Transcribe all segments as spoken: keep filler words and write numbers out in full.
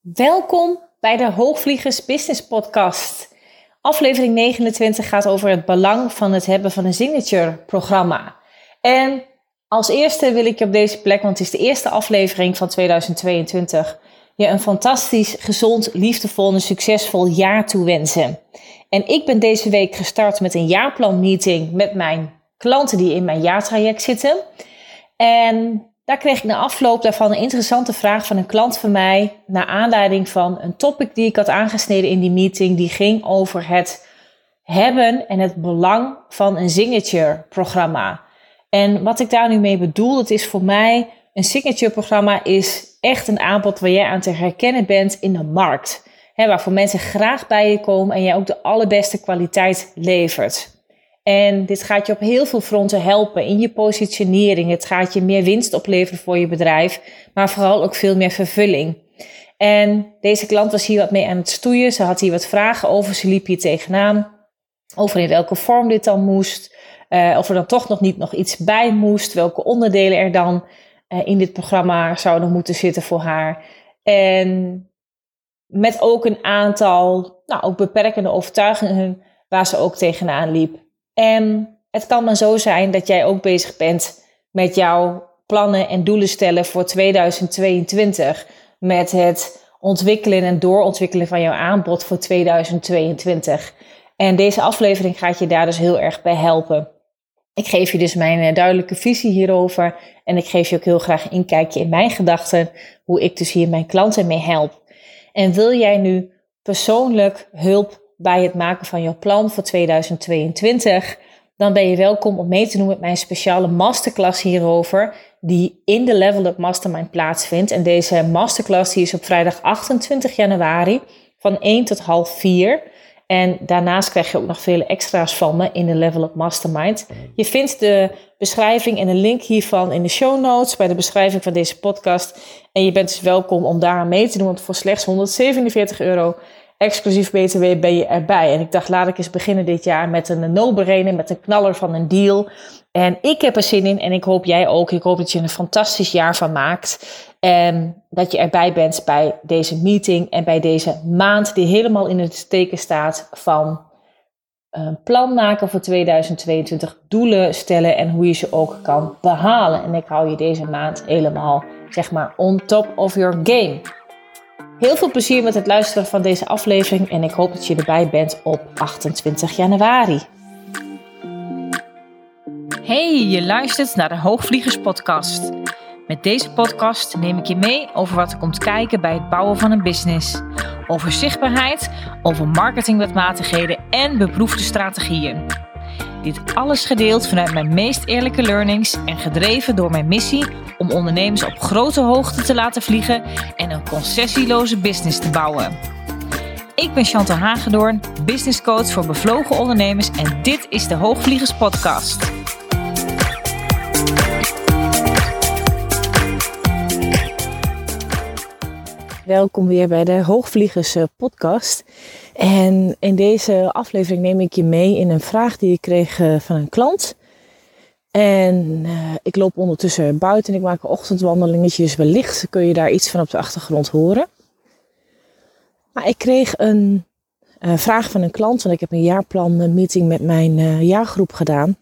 Welkom bij de Hoogvliegers Business Podcast. Aflevering negenentwintig gaat over het belang van het hebben van een signature programma. En als eerste wil ik je op deze plek, want het is de eerste aflevering van tweeduizend tweeëntwintig, je een fantastisch, gezond, liefdevol en succesvol jaar toewensen. En ik ben deze week gestart met een jaarplanmeeting met mijn klanten die in mijn jaartraject zitten. En daar kreeg ik na afloop daarvan een interessante vraag van een klant van mij, naar aanleiding van een topic die ik had aangesneden in die meeting, die ging over het hebben en het belang van een signature programma. En wat ik daar nu mee bedoel, het is voor mij, een signature programma is echt een aanbod waar jij aan te herkennen bent in de markt. He, waarvoor mensen graag bij je komen en jij ook de allerbeste kwaliteit levert. En dit gaat je op heel veel fronten helpen in je positionering. Het gaat je meer winst opleveren voor je bedrijf, maar vooral ook veel meer vervulling. En deze klant was hier wat mee aan het stoeien. Ze had hier wat vragen over, ze liep hier tegenaan. Over in welke vorm dit dan moest. Uh, of er dan toch nog niet nog iets bij moest. Welke onderdelen er dan uh, in dit programma zouden moeten zitten voor haar. En met ook een aantal nou, ook beperkende overtuigingen waar ze ook tegenaan liep. En het kan maar zo zijn dat jij ook bezig bent met jouw plannen en doelen stellen voor tweeduizend tweeëntwintig. Met het ontwikkelen en doorontwikkelen van jouw aanbod voor tweeduizend tweeëntwintig. En deze aflevering gaat je daar dus heel erg bij helpen. Ik geef je dus mijn duidelijke visie hierover. En ik geef je ook heel graag een inkijkje in mijn gedachten. Hoe ik dus hier mijn klanten mee help. En wil jij nu persoonlijk hulp bij het maken van jouw plan voor tweeduizend tweeëntwintig, dan ben je welkom om mee te doen met mijn speciale masterclass hierover, die in de Level Up Mastermind plaatsvindt. En deze masterclass die is op vrijdag achtentwintig januari van één tot half vier. En daarnaast krijg je ook nog vele extra's van me in de Level Up Mastermind. Je vindt de beschrijving en een link hiervan in de show notes bij de beschrijving van deze podcast. En je bent dus welkom om daar aan mee te doen, want voor slechts honderdzevenenveertig euro exclusief B T W ben je erbij. En ik dacht, laat ik eens beginnen dit jaar met een no-brainer, met een knaller van een deal. En ik heb er zin in en ik hoop jij ook. Ik hoop dat je er een fantastisch jaar van maakt. En dat je erbij bent bij deze meeting en bij deze maand die helemaal in het teken staat van een plan maken voor tweeduizend tweeëntwintig, doelen stellen en hoe je ze ook kan behalen. En ik hou je deze maand helemaal, zeg maar, on top of your game. Heel veel plezier met het luisteren van deze aflevering en ik hoop dat je erbij bent op achtentwintig januari. Hey, je luistert naar de Hoogvliegers Podcast. Met deze podcast neem ik je mee over wat er komt kijken bij het bouwen van een business. Over zichtbaarheid, over marketingwetmatigheden en beproefde strategieën. Dit alles gedeeld vanuit mijn meest eerlijke learnings en gedreven door mijn missie om ondernemers op grote hoogte te laten vliegen en een concessieloze business te bouwen. Ik ben Chantal Hagedoorn, business coach voor bevlogen ondernemers en dit is de Hoogvliegers Podcast. Welkom weer bij de Hoogvliegers Podcast. En in deze aflevering neem ik je mee in een vraag die ik kreeg van een klant. En uh, ik loop ondertussen buiten en ik maak ochtendwandelingetjes. Wellicht kun je daar iets van op de achtergrond horen. Maar ik kreeg een uh, vraag van een klant, want ik heb een jaarplan meeting met mijn uh, jaargroep gedaan.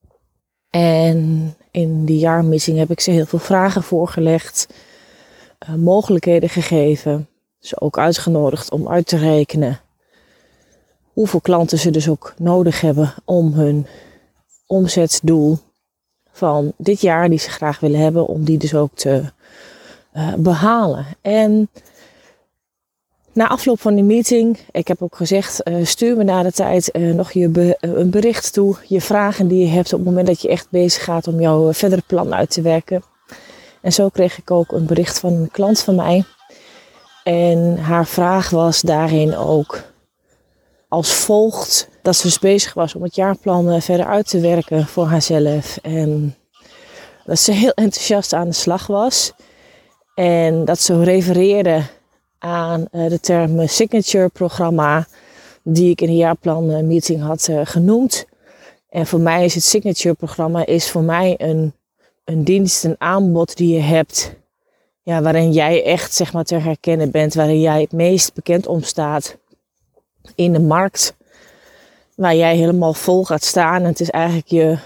En in die jaarmeeting heb ik ze heel veel vragen voorgelegd. Uh, mogelijkheden gegeven. Ze ook uitgenodigd om uit te rekenen hoeveel klanten ze dus ook nodig hebben om hun omzetdoel van dit jaar die ze graag willen hebben, om die dus ook te uh, behalen. En na afloop van die meeting, ik heb ook gezegd, uh, stuur me na de tijd uh, nog je be- uh, een bericht toe, je vragen die je hebt op het moment dat je echt bezig gaat om jouw uh, verdere plan uit te werken. En zo kreeg ik ook een bericht van een klant van mij. En haar vraag was daarin ook als volgt, dat ze dus bezig was om het jaarplan verder uit te werken voor haarzelf. En dat ze heel enthousiast aan de slag was. En dat ze refereerde aan de term signature programma die ik in de jaarplan meeting had genoemd. En voor mij is het signature programma is voor mij een, een dienst, een aanbod die je hebt ja, waarin jij echt zeg maar te herkennen bent, waarin jij het meest bekend om staat in de markt, waar jij helemaal vol gaat staan. En het is eigenlijk je,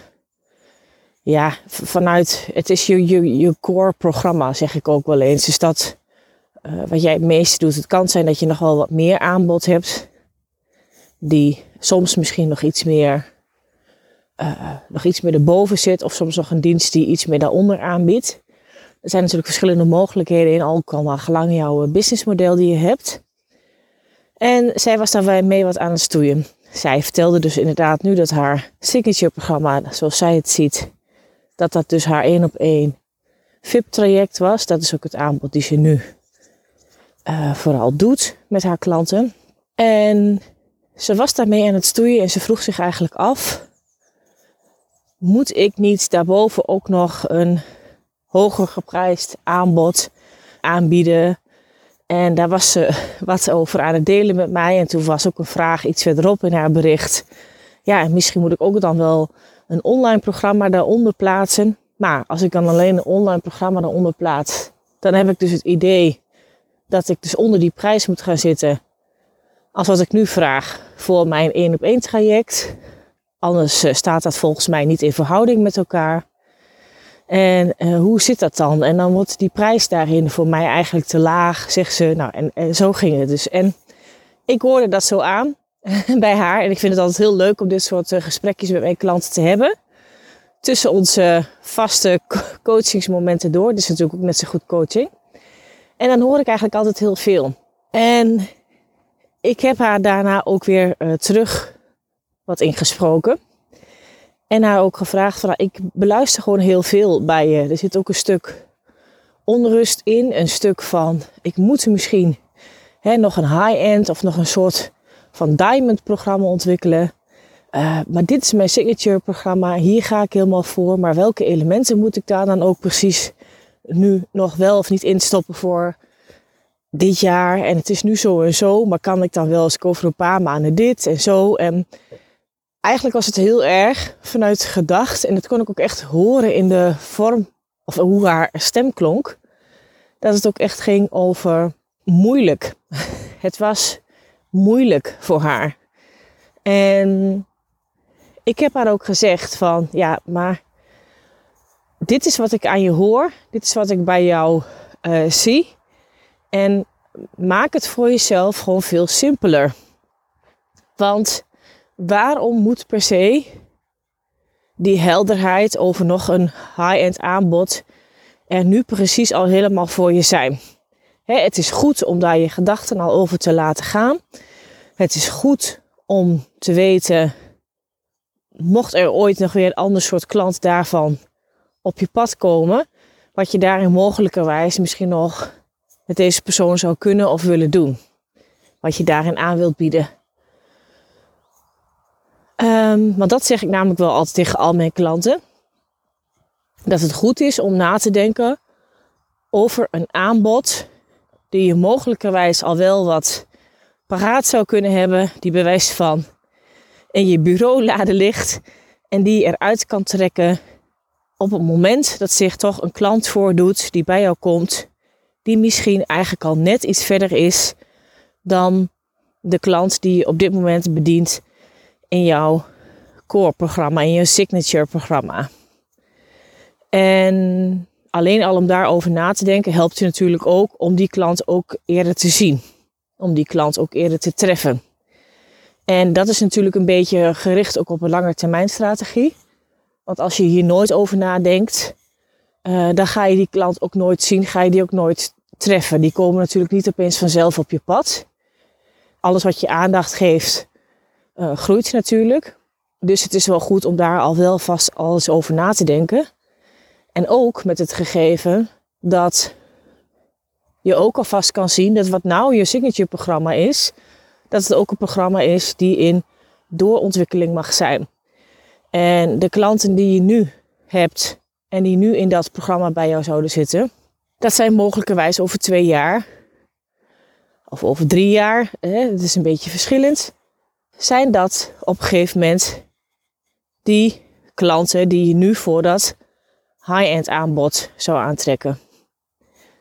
ja, vanuit, het is je, je, je core programma, zeg ik ook wel eens. Dus dat uh, wat jij het meeste doet. Het kan zijn dat je nog wel wat meer aanbod hebt, die soms misschien nog iets meer, uh, nog iets meer erboven zit, of soms nog een dienst die iets meer daaronder aanbiedt. Er zijn natuurlijk verschillende mogelijkheden in, ook allemaal gelang jouw businessmodel die je hebt. En zij was daar mee wat aan het stoeien. Zij vertelde dus inderdaad nu dat haar signature programma, zoals zij het ziet, dat dat dus haar één op één V I P-traject was. Dat is ook het aanbod die ze nu uh, vooral doet met haar klanten. En ze was daarmee aan het stoeien en ze vroeg zich eigenlijk af, moet ik niet daarboven ook nog een hoger geprijsd aanbod aanbieden? En daar was ze wat over aan het delen met mij. En toen was ook een vraag iets verderop in haar bericht. Ja, en misschien moet ik ook dan wel een online programma daaronder plaatsen. Maar als ik dan alleen een online programma daaronder plaats, dan heb ik dus het idee dat ik dus onder die prijs moet gaan zitten als wat ik nu vraag voor mijn één op één traject. Anders uh, staat dat volgens mij niet in verhouding met elkaar. En uh, hoe zit dat dan? En dan wordt die prijs daarin voor mij eigenlijk te laag, zegt ze. Nou, en, en zo ging het dus. En ik hoorde dat zo aan bij haar. En ik vind het altijd heel leuk om dit soort uh, gesprekjes met mijn klanten te hebben. Tussen onze vaste coachingsmomenten door. Dit is natuurlijk ook net zo goed coaching. En dan hoor ik eigenlijk altijd heel veel. En ik heb haar daarna ook weer uh, terug wat ingesproken. En haar ook gevraagd van, nou, ik beluister gewoon heel veel bij je. Er zit ook een stuk onrust in. Een stuk van, ik moet misschien hè, nog een high-end of nog een soort van diamond programma ontwikkelen. Uh, maar dit is mijn signature programma. Hier ga ik helemaal voor. Maar welke elementen moet ik daar dan ook precies nu nog wel of niet instoppen voor dit jaar? En het is nu zo en zo. Maar kan ik dan wel eens over een paar maanden dit en zo? En eigenlijk was het heel erg vanuit gedacht. En dat kon ik ook echt horen in de vorm, of hoe haar stem klonk. Dat het ook echt ging over moeilijk. Het was moeilijk voor haar. En ik heb haar ook gezegd van, ja, maar dit is wat ik aan je hoor. Dit is wat ik bij jou uh, zie. En maak het voor jezelf gewoon veel simpeler. Want waarom moet per se die helderheid over nog een high-end aanbod er nu precies al helemaal voor je zijn? He, het is goed om daar je gedachten al over te laten gaan. Het is goed om te weten, mocht er ooit nog weer een ander soort klant daarvan op je pad komen, wat je daarin mogelijkerwijs misschien nog met deze persoon zou kunnen of willen doen. Wat je daarin aan wilt bieden. Um, want dat zeg ik namelijk wel altijd tegen al mijn klanten. Dat het goed is om na te denken over een aanbod die je mogelijkerwijs al wel wat paraat zou kunnen hebben. Die bij wijze van in je bureaulade ligt. En die je eruit kan trekken op het moment dat zich toch een klant voordoet die bij jou komt. Die misschien eigenlijk al net iets verder is dan de klant die je op dit moment bedient in jouw core programma, in je signature programma. En alleen al om daarover na te denken helpt je natuurlijk ook om die klant ook eerder te zien. Om die klant ook eerder te treffen. En dat is natuurlijk een beetje gericht ook op een langetermijnstrategie. Want als je hier nooit over nadenkt, uh, dan ga je die klant ook nooit zien, ga je die ook nooit treffen. Die komen natuurlijk niet opeens vanzelf op je pad. Alles wat je aandacht geeft, Uh, groeit natuurlijk. Dus het is wel goed om daar al wel vast alles over na te denken. En ook met het gegeven dat je ook alvast kan zien dat wat nou je signature programma is, dat het ook een programma is die in doorontwikkeling mag zijn. En de klanten die je nu hebt en die nu in dat programma bij jou zouden zitten, dat zijn mogelijkerwijs over twee jaar of over drie jaar, hè, het is een beetje verschillend, zijn dat op een gegeven moment die klanten die je nu voor dat high-end aanbod zou aantrekken.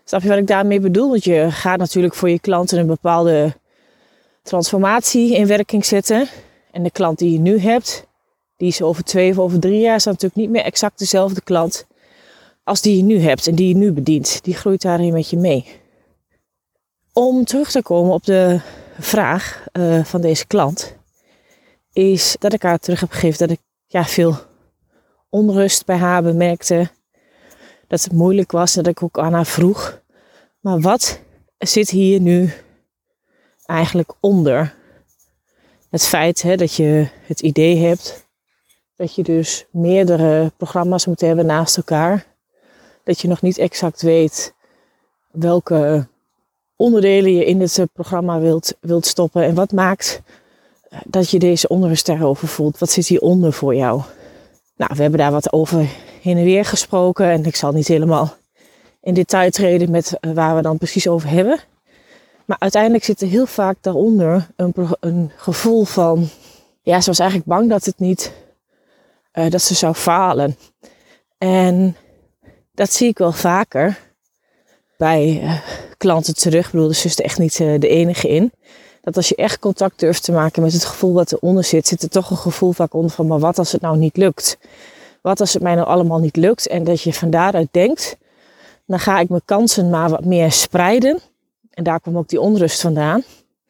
Snap je wat ik daarmee bedoel? Want je gaat natuurlijk voor je klanten een bepaalde transformatie in werking zetten. En de klant die je nu hebt, die is over twee of over drie jaar, is natuurlijk niet meer exact dezelfde klant als die je nu hebt en die je nu bedient. Die groeit daarin met je mee. Om terug te komen op de vraag uh, van deze klant, is dat ik haar terug heb gegeven dat ik ja, veel onrust bij haar bemerkte. Dat het moeilijk was, dat ik ook aan haar vroeg. Maar wat zit hier nu eigenlijk onder? Het feit hè, dat je het idee hebt dat je dus meerdere programma's moet hebben naast elkaar. Dat je nog niet exact weet welke onderdelen je in het programma wilt, wilt stoppen. En wat maakt dat je deze onrust daarover voelt? Wat zit hieronder voor jou? Nou, we hebben daar wat over heen en weer gesproken. En ik zal niet helemaal in detail treden met waar we dan precies over hebben. Maar uiteindelijk zit er heel vaak daaronder een, een gevoel van... Ja, ze was eigenlijk bang dat het niet... Uh, dat ze zou falen. En dat zie ik wel vaker bij uh, klanten terug. Ik bedoel, dus is er echt niet uh, de enige in. Dat als je echt contact durft te maken met het gevoel wat eronder zit, zit er toch een gevoel vaak onder van, maar wat als het nou niet lukt? Wat als het mij nou allemaal niet lukt? En dat je van daaruit denkt, dan ga ik mijn kansen maar wat meer spreiden. En daar komt ook die onrust vandaan.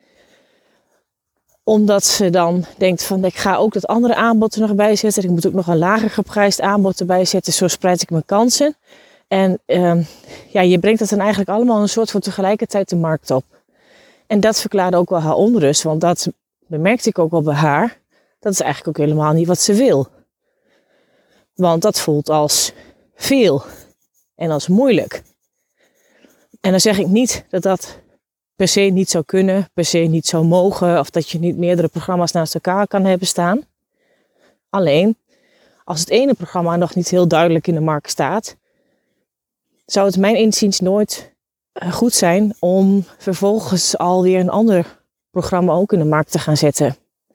Omdat ze dan denkt van, ik ga ook dat andere aanbod er nog bij zetten. Ik moet ook nog een lager geprijsd aanbod erbij zetten. Zo spreid ik mijn kansen. En uh, ja, je brengt dat dan eigenlijk allemaal een soort van tegelijkertijd de markt op. En dat verklaarde ook wel haar onrust. Want dat bemerkte ik ook wel bij haar. Dat is eigenlijk ook helemaal niet wat ze wil. Want dat voelt als veel. En als moeilijk. En dan zeg ik niet dat dat per se niet zou kunnen. Per se niet zou mogen. Of dat je niet meerdere programma's naast elkaar kan hebben staan. Alleen, als het ene programma nog niet heel duidelijk in de markt staat, zou het mijn inziens nooit goed zijn om vervolgens alweer een ander programma ook in de markt te gaan zetten.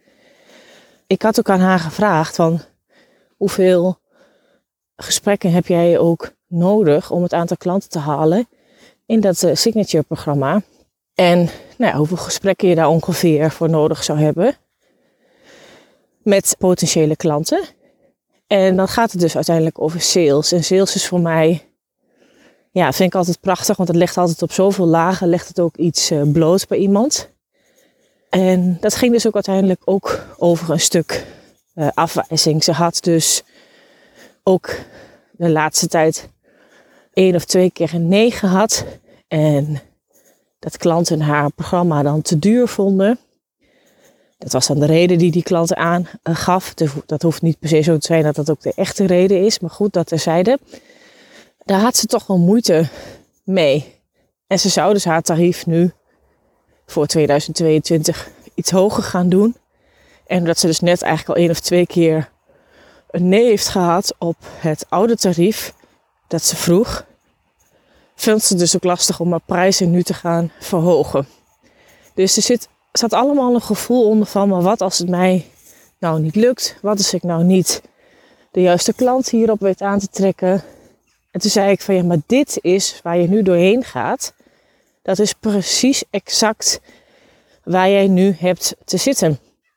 Ik had ook aan haar gevraagd van hoeveel gesprekken heb jij ook nodig om het aantal klanten te halen in dat uh, signature programma. En nou ja, hoeveel gesprekken je daar ongeveer voor nodig zou hebben met potentiële klanten. En dan gaat het dus uiteindelijk over sales. En sales is voor mij, ja, vind ik altijd prachtig, want het legt altijd op zoveel lagen, legt het ook iets uh, bloot bij iemand. En dat ging dus ook uiteindelijk ook over een stuk uh, afwijzing. Ze had dus ook de laatste tijd één of twee keer een nee gehad. En dat klanten haar programma dan te duur vonden. Dat was dan de reden die die klanten aangaf. Dat hoeft niet per se zo te zijn dat dat ook de echte reden is. Maar goed, dat terzijde. Daar had ze toch wel moeite mee. En ze zou dus haar tarief nu voor tweeduizend tweeëntwintig iets hoger gaan doen. En dat ze dus net eigenlijk al één of twee keer een nee heeft gehad op het oude tarief dat ze vroeg, vindt ze dus ook lastig om haar prijzen nu te gaan verhogen. Dus er zit, zat allemaal een gevoel onder van, maar wat als het mij nou niet lukt? Wat als ik nou niet de juiste klant hierop weet aan te trekken? En toen zei ik van, ja, maar dit is waar je nu doorheen gaat. Dat is precies exact waar jij nu hebt te zitten.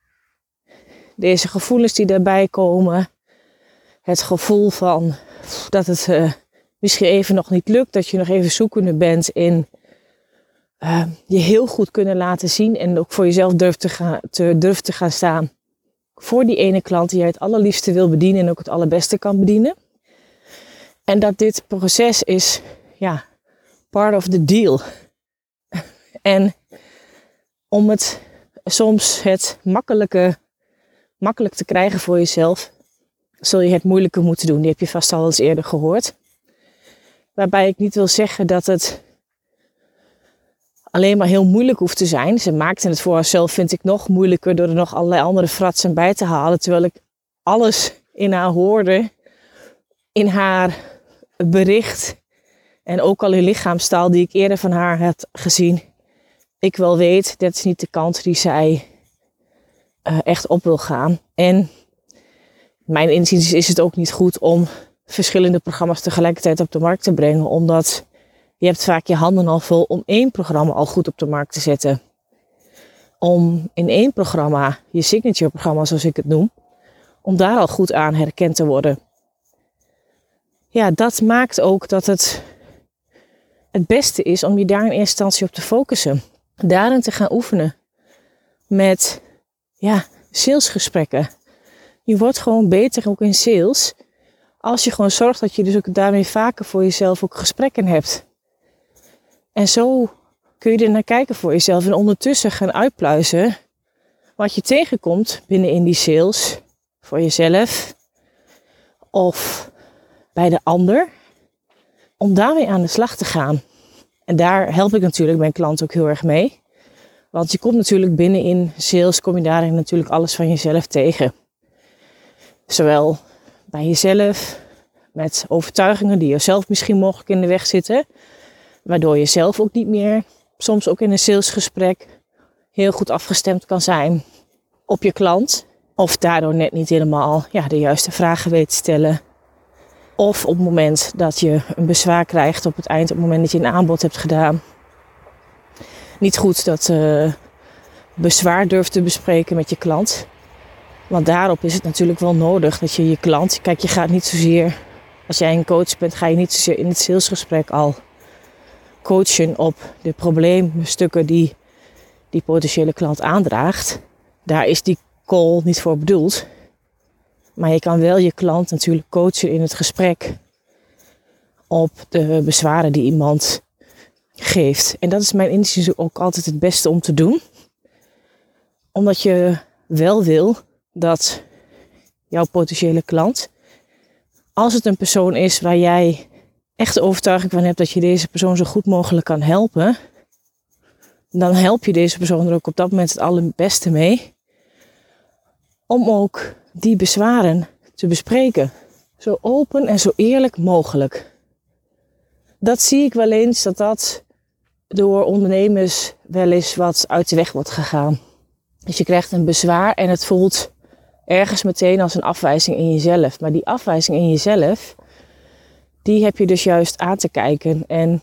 Deze gevoelens die daarbij komen. Het gevoel van dat het uh, misschien even nog niet lukt. Dat je nog even zoekende bent in uh, je heel goed kunnen laten zien. En ook voor jezelf durft te gaan, te, durft te gaan staan. Voor die ene klant die jij het allerliefste wil bedienen. En ook het allerbeste kan bedienen. En dat dit proces is, ja, part of the deal. En om het soms het makkelijke, makkelijk te krijgen voor jezelf, zul je het moeilijker moeten doen. Die heb je vast al eens eerder gehoord. Waarbij ik niet wil zeggen dat het alleen maar heel moeilijk hoeft te zijn. Ze maakte het voor haarzelf, vind ik, nog moeilijker door er nog allerlei andere fratsen bij te halen. Terwijl ik alles in haar hoorde, in haar bericht en ook al in lichaamstaal die ik eerder van haar had gezien. Ik wel weet, dat is niet de kant die zij uh, echt op wil gaan. En mijn inziens is het ook niet goed om verschillende programma's tegelijkertijd op de markt te brengen. Omdat Je hebt vaak je handen al vol om één programma al goed op de markt te zetten. Om in één programma, je signature programma zoals ik het noem, om daar al goed aan herkend te worden. Ja, dat maakt ook dat het het beste is om je daar in eerste instantie op te focussen. Daarin te gaan oefenen met ja, salesgesprekken. Je wordt gewoon beter ook in sales als je gewoon zorgt dat je dus ook daarmee vaker voor jezelf ook gesprekken hebt. En zo kun je er naar kijken voor jezelf en ondertussen gaan uitpluizen wat je tegenkomt binnen in die sales voor jezelf of bij de ander, om daarmee aan de slag te gaan. En daar help ik natuurlijk mijn klant ook heel erg mee. Want je komt natuurlijk binnen in sales, kom je daarin natuurlijk alles van jezelf tegen. Zowel bij jezelf, met overtuigingen die jezelf misschien mogelijk in de weg zitten. Waardoor je zelf ook niet meer, soms ook in een salesgesprek, heel goed afgestemd kan zijn op je klant. Of daardoor net niet helemaal ja, de juiste vragen weet te stellen. Of op het moment dat je een bezwaar krijgt op het eind, op het moment dat je een aanbod hebt gedaan. Niet goed dat uh, bezwaar durft te bespreken met je klant. Want daarop is het natuurlijk wel nodig dat je je klant... Kijk, je gaat niet zozeer, als jij een coach bent, ga je niet zozeer in het salesgesprek al coachen op de probleemstukken die die potentiële klant aandraagt. Daar is die call niet voor bedoeld. Maar je kan wel je klant natuurlijk coachen in het gesprek op de bezwaren die iemand geeft. En dat is mijn inzicht ook altijd het beste om te doen. Omdat je wel wil dat jouw potentiële klant, als het een persoon is waar jij echt de overtuiging van hebt dat je deze persoon zo goed mogelijk kan helpen, dan help je deze persoon er ook op dat moment het allerbeste mee. Om ook die bezwaren te bespreken. Zo open en zo eerlijk mogelijk. Dat zie ik wel eens dat dat door ondernemers wel eens wat uit de weg wordt gegaan. Dus je krijgt een bezwaar en het voelt ergens meteen als een afwijzing in jezelf. Maar die afwijzing in jezelf, die heb je dus juist aan te kijken. En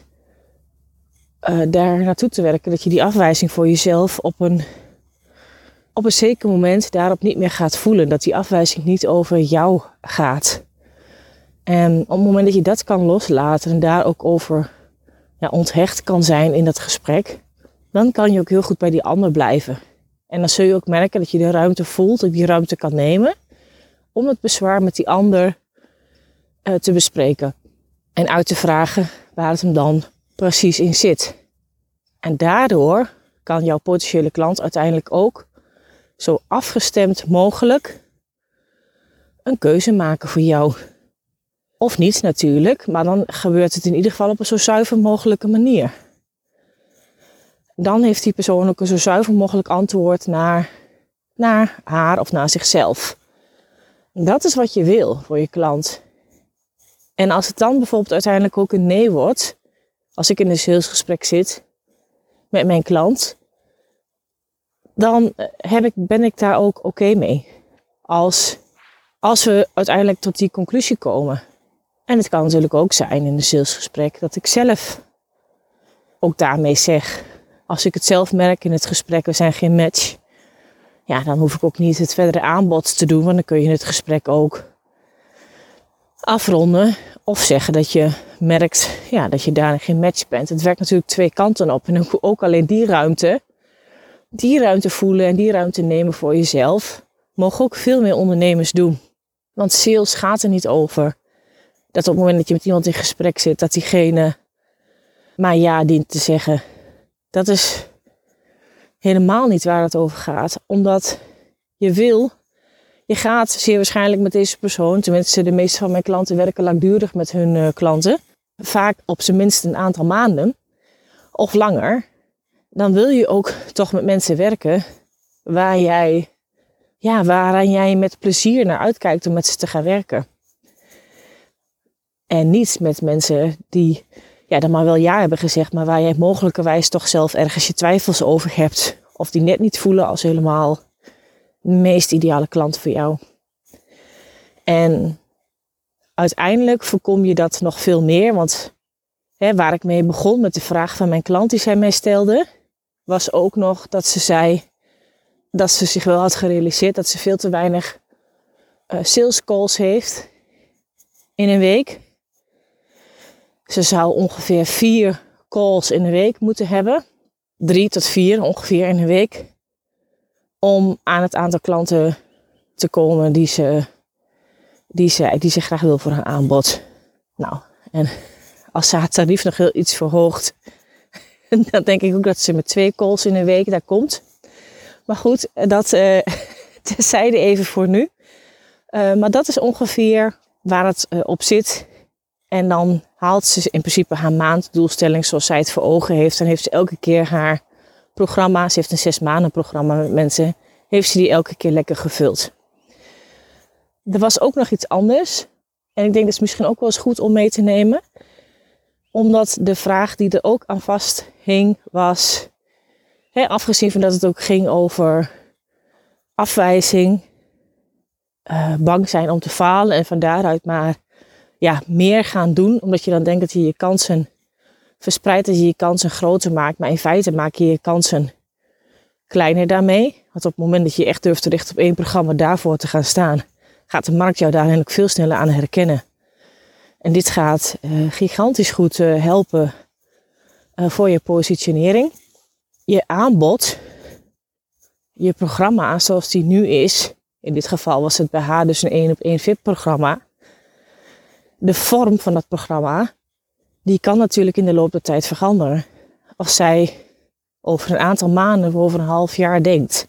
uh, daar naartoe te werken dat je die afwijzing voor jezelf op een... op een zeker moment daarop niet meer gaat voelen. Dat die afwijzing niet over jou gaat. En op het moment dat je dat kan loslaten en daar ook over ja, onthecht kan zijn in dat gesprek, dan kan je ook heel goed bij die ander blijven. En dan zul je ook merken dat je de ruimte voelt, dat je die ruimte kan nemen om het bezwaar met die ander uh, te bespreken. En uit te vragen waar het hem dan precies in zit. En daardoor kan jouw potentiële klant uiteindelijk ook zo afgestemd mogelijk een keuze maken voor jou. Of niet natuurlijk, maar dan gebeurt het in ieder geval op een zo zuiver mogelijke manier. Dan heeft die persoon ook een zo zuiver mogelijk antwoord naar, naar haar of naar zichzelf. Dat is wat je wil voor je klant. En als het dan bijvoorbeeld uiteindelijk ook een nee wordt, als ik in een salesgesprek zit met mijn klant, dan heb ik, ben ik daar ook oké mee. Als, als we uiteindelijk tot die conclusie komen. En het kan natuurlijk ook zijn in een salesgesprek dat ik zelf ook daarmee zeg. Als ik het zelf merk in het gesprek, we zijn geen match. Ja, dan hoef ik ook niet het verdere aanbod te doen. Want dan kun je het gesprek ook afronden. Of zeggen dat je merkt ja, dat je daar geen match bent. Het werkt natuurlijk twee kanten op. En ook alleen die ruimte. Die ruimte voelen en die ruimte nemen voor jezelf. Mogen ook veel meer ondernemers doen. Want sales gaat er niet over dat op het moment dat je met iemand in gesprek zit, dat diegene maar ja dient te zeggen. Dat is helemaal niet waar het over gaat. Omdat je wil, je gaat zeer waarschijnlijk met deze persoon, tenminste de meeste van mijn klanten werken langdurig met hun uh, klanten. Vaak op zijn minst een aantal maanden of langer. Dan wil je ook toch met mensen werken waar jij, ja, waaraan jij met plezier naar uitkijkt om met ze te gaan werken. En niet met mensen die ja, dan maar wel ja hebben gezegd, maar waar jij mogelijkerwijs toch zelf ergens je twijfels over hebt. Of die net niet voelen als helemaal de meest ideale klant voor jou. En uiteindelijk voorkom je dat nog veel meer, want hè, waar ik mee begon met de vraag van mijn klant die zij mij stelde, was ook nog dat ze zei dat ze zich wel had gerealiseerd dat ze veel te weinig uh, sales calls heeft in een week. Ze zou ongeveer vier calls in een week moeten hebben. Drie tot vier ongeveer in een week. Om aan het aantal klanten te komen die ze, die ze, die ze graag wil voor haar aanbod. Nou, en als ze haar tarief nog heel iets verhoogt, dan denk ik ook dat ze met twee calls in een week daar komt. Maar goed, dat uh, terzijde even voor nu. Uh, maar dat is ongeveer waar het uh, op zit. En dan haalt ze in principe haar maanddoelstelling zoals zij het voor ogen heeft. Dan heeft ze elke keer haar programma. Ze heeft een zes maanden programma met mensen. Heeft ze die elke keer lekker gevuld. Er was ook nog iets anders. En ik denk dat het misschien ook wel eens goed om mee te nemen. Omdat de vraag die er ook aan vasthing was, hè, afgezien van dat het ook ging over afwijzing, uh, bang zijn om te falen en van daaruit maar ja, meer gaan doen. Omdat je dan denkt dat je je kansen verspreidt, dat je je kansen groter maakt. Maar in feite maak je je kansen kleiner daarmee. Want op het moment dat je echt durft te richten op één programma daarvoor te gaan staan, gaat de markt jou daarin ook veel sneller aan herkennen. En dit gaat uh, gigantisch goed uh, helpen uh, voor je positionering. Je aanbod, je programma zoals die nu is. In dit geval was het bij haar dus een één op één V I P-programma. De vorm van dat programma, die kan natuurlijk in de loop der tijd veranderen. Als zij over een aantal maanden of over een half jaar denkt,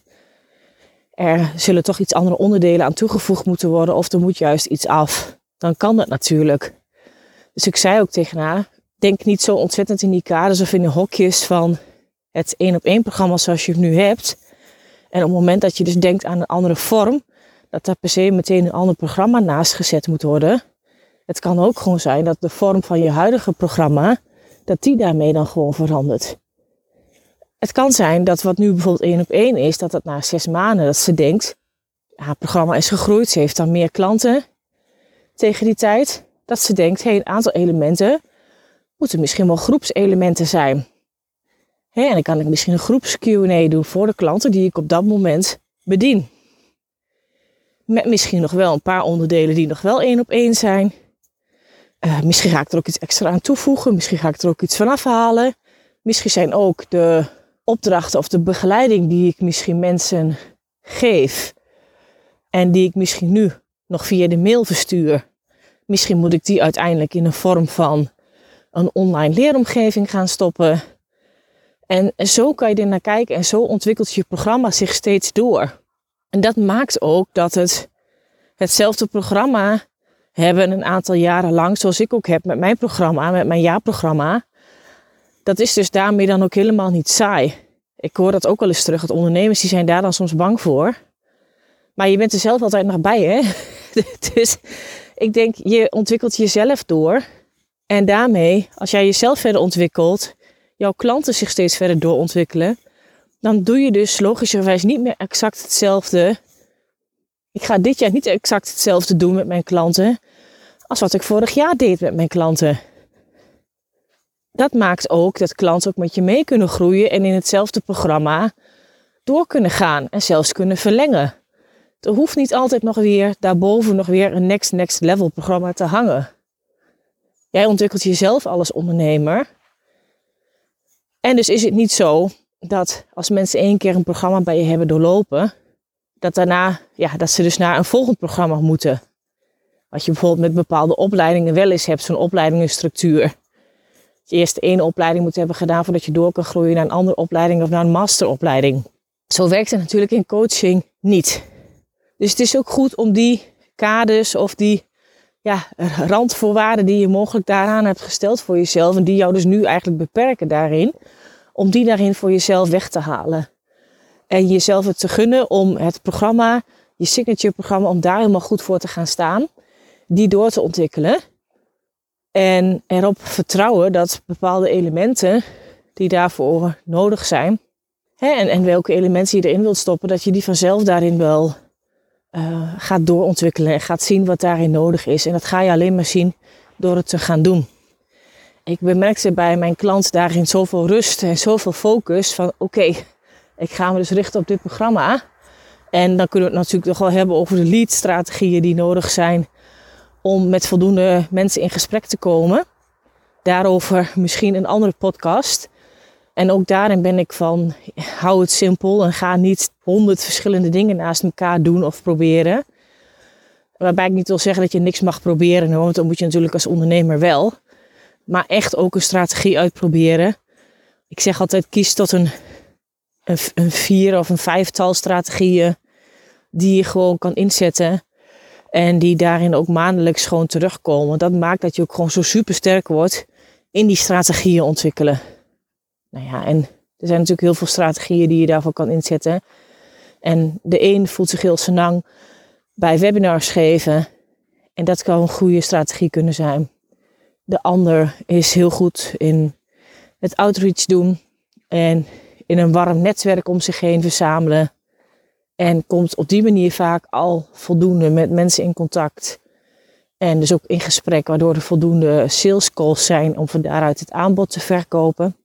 er zullen toch iets andere onderdelen aan toegevoegd moeten worden of er moet juist iets af. Dan kan dat natuurlijk. Dus ik zei ook tegen haar, denk niet zo ontzettend in die kaders of in de hokjes van het één op één programma zoals je het nu hebt. En op het moment dat je dus denkt aan een andere vorm, dat daar per se meteen een ander programma naast gezet moet worden. Het kan ook gewoon zijn dat de vorm van je huidige programma, dat die daarmee dan gewoon verandert. Het kan zijn dat wat nu bijvoorbeeld één op één is, dat dat na zes maanden, dat ze denkt, haar programma is gegroeid, ze heeft dan meer klanten tegen die tijd. Dat ze denkt, hey, een aantal elementen moeten misschien wel groepselementen zijn. Hey, en dan kan ik misschien een groeps Q en A doen voor de klanten die ik op dat moment bedien. Met misschien nog wel een paar onderdelen die nog wel één op één zijn. Uh, misschien ga ik er ook iets extra aan toevoegen. Misschien ga ik er ook iets van afhalen. Misschien zijn ook de opdrachten of de begeleiding die ik misschien mensen geef. En die ik misschien nu nog via de mail verstuur. Misschien moet ik die uiteindelijk in een vorm van een online leeromgeving gaan stoppen. En zo kan je er naar kijken en zo ontwikkelt je programma zich steeds door. En dat maakt ook dat het hetzelfde programma hebben een aantal jaren lang, zoals ik ook heb met mijn programma, met mijn jaarprogramma. Dat is dus daarmee dan ook helemaal niet saai. Ik hoor dat ook wel eens terug, dat ondernemers die zijn daar dan soms bang voor. Maar je bent er zelf altijd nog bij, hè? Dus ik denk, je ontwikkelt jezelf door. En daarmee, als jij jezelf verder ontwikkelt, jouw klanten zich steeds verder doorontwikkelen, dan doe je dus logischerwijs niet meer exact hetzelfde. Ik ga dit jaar niet exact hetzelfde doen met mijn klanten als wat ik vorig jaar deed met mijn klanten. Dat maakt ook dat klanten ook met je mee kunnen groeien en in hetzelfde programma door kunnen gaan en zelfs kunnen verlengen. Er hoeft niet altijd nog weer daarboven nog weer een next next level programma te hangen. Jij ontwikkelt jezelf als ondernemer. En dus is het niet zo dat als mensen één keer een programma bij je hebben doorlopen, dat daarna, ja, dat ze dus naar een volgend programma moeten. Wat je bijvoorbeeld met bepaalde opleidingen wel eens hebt, zo'n opleidingenstructuur. Dat je eerst één opleiding moet hebben gedaan voordat je door kan groeien naar een andere opleiding of naar een masteropleiding. Zo werkt het natuurlijk in coaching niet. Dus het is ook goed om die kaders of die ja, randvoorwaarden die je mogelijk daaraan hebt gesteld voor jezelf en die jou dus nu eigenlijk beperken daarin, om die daarin voor jezelf weg te halen. En jezelf het te gunnen om het programma, je signature programma, om daar helemaal goed voor te gaan staan, die door te ontwikkelen. En erop vertrouwen dat bepaalde elementen die daarvoor nodig zijn, hè, en, en welke elementen je erin wilt stoppen, dat je die vanzelf daarin wel uh, gaat doorontwikkelen en gaat zien wat daarin nodig is. En dat ga je alleen maar zien door het te gaan doen. ik bemerkte bij mijn klant daarin zoveel rust en zoveel focus van oké, okay, ik ga me dus richten op dit programma. En dan kunnen we het natuurlijk nog wel hebben over de lead-strategieën die nodig zijn om met voldoende mensen in gesprek te komen. Daarover misschien een andere podcast. En ook daarin ben ik van, hou het simpel en ga niet honderd verschillende dingen naast elkaar doen of proberen. Waarbij ik niet wil zeggen dat je niks mag proberen, want dat moet je natuurlijk als ondernemer wel. Maar echt ook een strategie uitproberen. Ik zeg altijd, kies tot een, een, een vier of een vijftal strategieën die je gewoon kan inzetten. En die daarin ook maandelijks gewoon terugkomen. Dat maakt dat je ook gewoon zo super sterk wordt in die strategieën ontwikkelen. Nou ja, en er zijn natuurlijk heel veel strategieën die je daarvoor kan inzetten. En de een voelt zich heel senang bij webinars geven. En dat kan een goede strategie kunnen zijn. De ander is heel goed in het outreach doen. En in een warm netwerk om zich heen verzamelen. En komt op die manier vaak al voldoende met mensen in contact. En dus ook in gesprek, waardoor er voldoende sales calls zijn om van daaruit het aanbod te verkopen.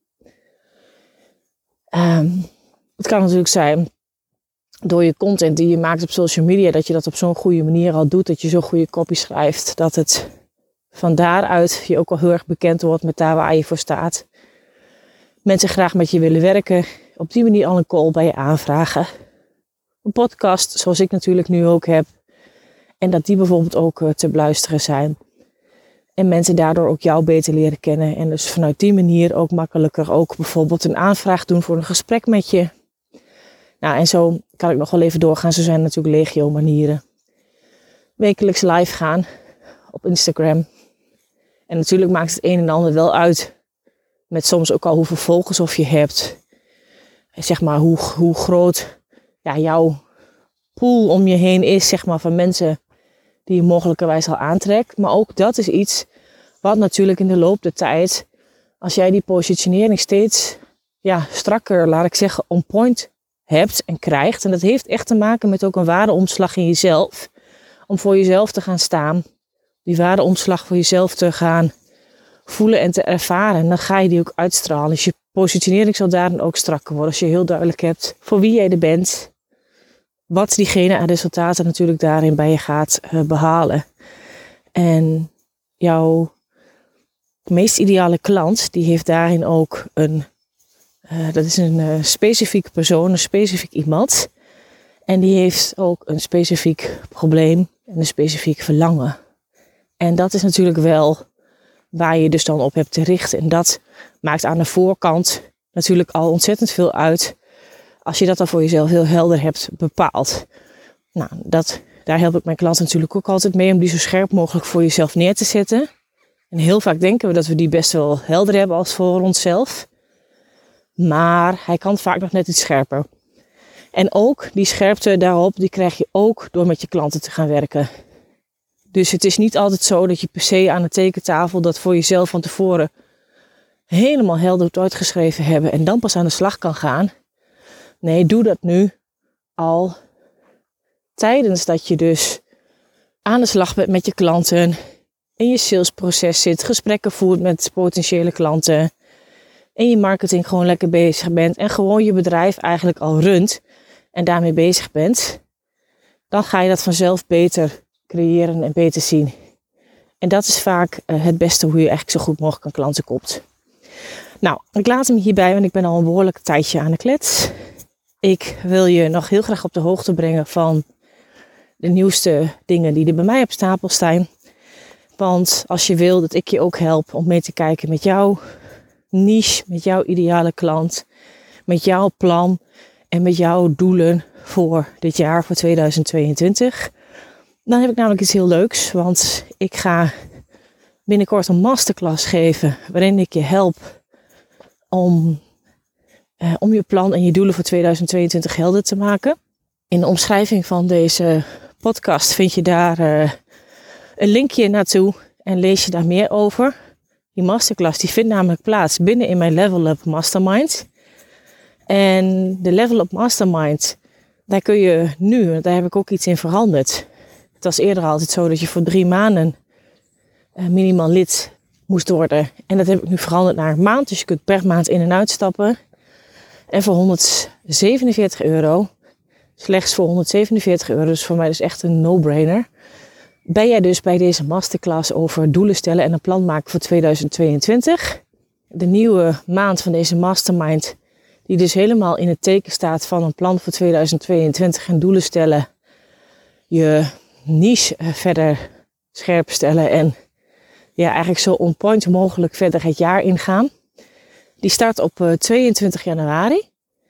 Um, het kan natuurlijk zijn door je content die je maakt op social media, dat je dat op zo'n goede manier al doet, dat je zo'n goede copy schrijft, dat het van daaruit je ook al heel erg bekend wordt met daar waar je voor staat. Mensen graag met je willen werken, op die manier al een call bij je aanvragen. Een podcast, zoals ik natuurlijk nu ook heb. En dat die bijvoorbeeld ook uh, te beluisteren zijn. En mensen daardoor ook jou beter leren kennen. En dus vanuit die manier ook makkelijker ook bijvoorbeeld een aanvraag doen voor een gesprek met je. Nou, en zo kan ik nog wel even doorgaan. Zo zijn natuurlijk legio manieren. Wekelijks live gaan op Instagram. En natuurlijk maakt het een en ander wel uit. Met soms ook al hoeveel volgers of je hebt. En zeg maar hoe, hoe groot ja, jouw pool om je heen is, zeg maar, van mensen die je mogelijkerwijs al aantrekt. Maar ook dat is iets wat natuurlijk in de loop der tijd, als jij die positionering steeds ja, strakker, laat ik zeggen, on point hebt en krijgt. En dat heeft echt te maken met ook een waardeomslag in jezelf. Om voor jezelf te gaan staan. Die waardeomslag voor jezelf te gaan voelen en te ervaren. En dan ga je die ook uitstralen. Dus je positionering zal daarin ook strakker worden. Als je heel duidelijk hebt voor wie jij er bent. Wat diegene aan resultaten natuurlijk daarin bij je gaat uh, behalen. En jouw meest ideale klant, die heeft daarin ook een, uh, dat is een uh, specifieke persoon, een specifiek iemand. En die heeft ook een specifiek probleem en een specifiek verlangen. En dat is natuurlijk wel waar je dus dan op hebt te richten. En dat maakt aan de voorkant natuurlijk al ontzettend veel uit. Als je dat dan voor jezelf heel helder hebt bepaald. Nou, dat, daar help ik mijn klanten natuurlijk ook altijd mee. Om die zo scherp mogelijk voor jezelf neer te zetten. En heel vaak denken we dat we die best wel helder hebben als voor onszelf. Maar hij kan vaak nog net iets scherper. En ook die scherpte daarop, die krijg je ook door met je klanten te gaan werken. Dus het is niet altijd zo dat je per se aan de tekentafel dat voor jezelf van tevoren helemaal helder moet uitgeschreven hebben. En dan pas aan de slag kan gaan. Nee, doe dat nu al tijdens dat je dus aan de slag bent met je klanten, in je salesproces zit, gesprekken voert met potentiële klanten, in je marketing gewoon lekker bezig bent en gewoon je bedrijf eigenlijk al runt en daarmee bezig bent, dan ga je dat vanzelf beter creëren en beter zien. En dat is vaak uh, het beste hoe je eigenlijk zo goed mogelijk aan klanten komt. Nou, ik laat hem hierbij, want ik ben al een behoorlijk tijdje aan de klets. Ik wil je nog heel graag op de hoogte brengen van de nieuwste dingen die er bij mij op stapel staan. Want als je wil dat ik je ook help om mee te kijken met jouw niche, met jouw ideale klant, met jouw plan en met jouw doelen voor dit jaar, voor tweeduizend tweeëntwintig. Dan heb ik namelijk iets heel leuks, want ik ga binnenkort een masterclass geven waarin ik je help om, uh, om je plan en je doelen voor tweeduizend tweeëntwintig helder te maken. In de omschrijving van deze podcast vind je daar uh, een linkje naartoe en lees je daar meer over. Die masterclass die vindt namelijk plaats binnen in mijn Level Up Mastermind. En de Level Up Mastermind, daar kun je nu, daar heb ik ook iets in veranderd. Het was eerder altijd zo dat je voor drie maanden uh, minimaal lid moest worden. En dat heb ik nu veranderd naar een maand. Dus je kunt per maand in en uitstappen. En voor honderdzevenenveertig euro, slechts voor honderdzevenenveertig euro, dus voor mij dus echt een no-brainer, ben jij dus bij deze masterclass over doelen stellen en een plan maken voor tweeduizend tweeëntwintig. De nieuwe maand van deze mastermind, die dus helemaal in het teken staat van een plan voor tweeduizend tweeëntwintig en doelen stellen, je niche verder scherp stellen en ja, eigenlijk zo on point mogelijk verder het jaar ingaan. Die start op uh, tweeëntwintig januari.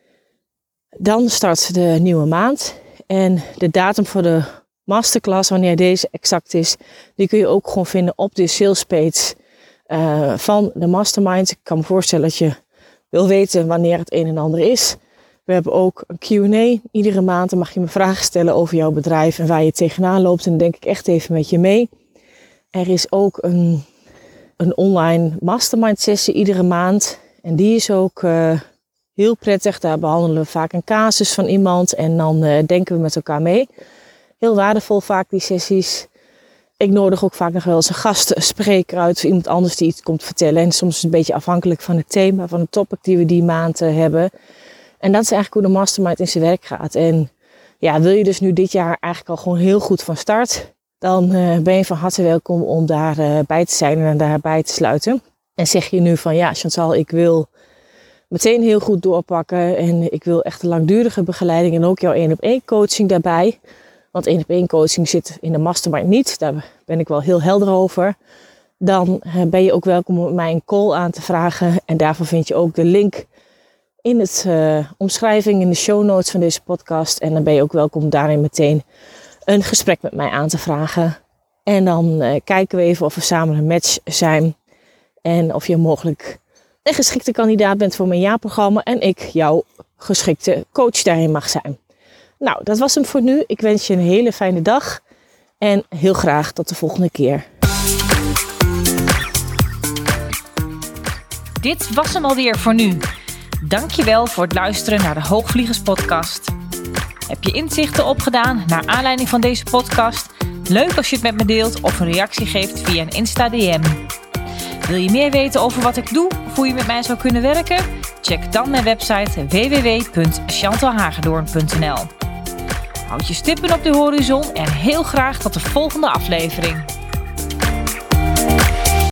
Dan start de nieuwe maand. En de datum voor de masterclass, wanneer deze exact is, die kun je ook gewoon vinden op de salespage uh, van de mastermind. Ik kan me voorstellen dat je wil weten wanneer het een en ander is. We hebben ook een Q en A. Iedere maand dan mag je me vragen stellen over jouw bedrijf en waar je tegenaan loopt. En dan denk ik echt even met je mee. Er is ook een, een online mastermind sessie iedere maand. En die is ook uh, heel prettig. Daar behandelen we vaak een casus van iemand en dan uh, denken we met elkaar mee. Heel waardevol vaak die sessies. Ik nodig ook vaak nog wel eens een gastspreker uit of iemand anders die iets komt vertellen. En soms is het een beetje afhankelijk van het thema, van het topic die we die maand uh, hebben. En dat is eigenlijk hoe de mastermind in zijn werk gaat. En ja, wil je dus nu dit jaar eigenlijk al gewoon heel goed van start, dan uh, ben je van harte welkom om daarbij uh, bij te zijn en daarbij te sluiten. En zeg je nu van ja, Chantal, ik wil meteen heel goed doorpakken en ik wil echt een langdurige begeleiding en ook jouw één op één coaching daarbij. Want één op één coaching zit in de mastermind niet, daar ben ik wel heel helder over. Dan uh, ben je ook welkom om mij een call aan te vragen en daarvoor vind je ook de link in het uh, omschrijving, in de show notes van deze podcast. En dan ben je ook welkom om daarin meteen een gesprek met mij aan te vragen. En dan uh, kijken we even of we samen een match zijn. En of je mogelijk een geschikte kandidaat bent voor mijn jaarprogramma. En ik jouw geschikte coach daarin mag zijn. Nou, dat was hem voor nu. Ik wens je een hele fijne dag. En heel graag tot de volgende keer. Dit was hem alweer voor nu. Dankjewel voor het luisteren naar de Hoogvliegers podcast. Heb je inzichten opgedaan naar aanleiding van deze podcast? Leuk als je het met me deelt of een reactie geeft via een Insta D M. Wil je meer weten over wat ik doe of hoe je met mij zou kunnen werken? Check dan mijn website w w w punt chantal hagedoorn punt n l. Houd je stippen op de horizon en heel graag tot de volgende aflevering.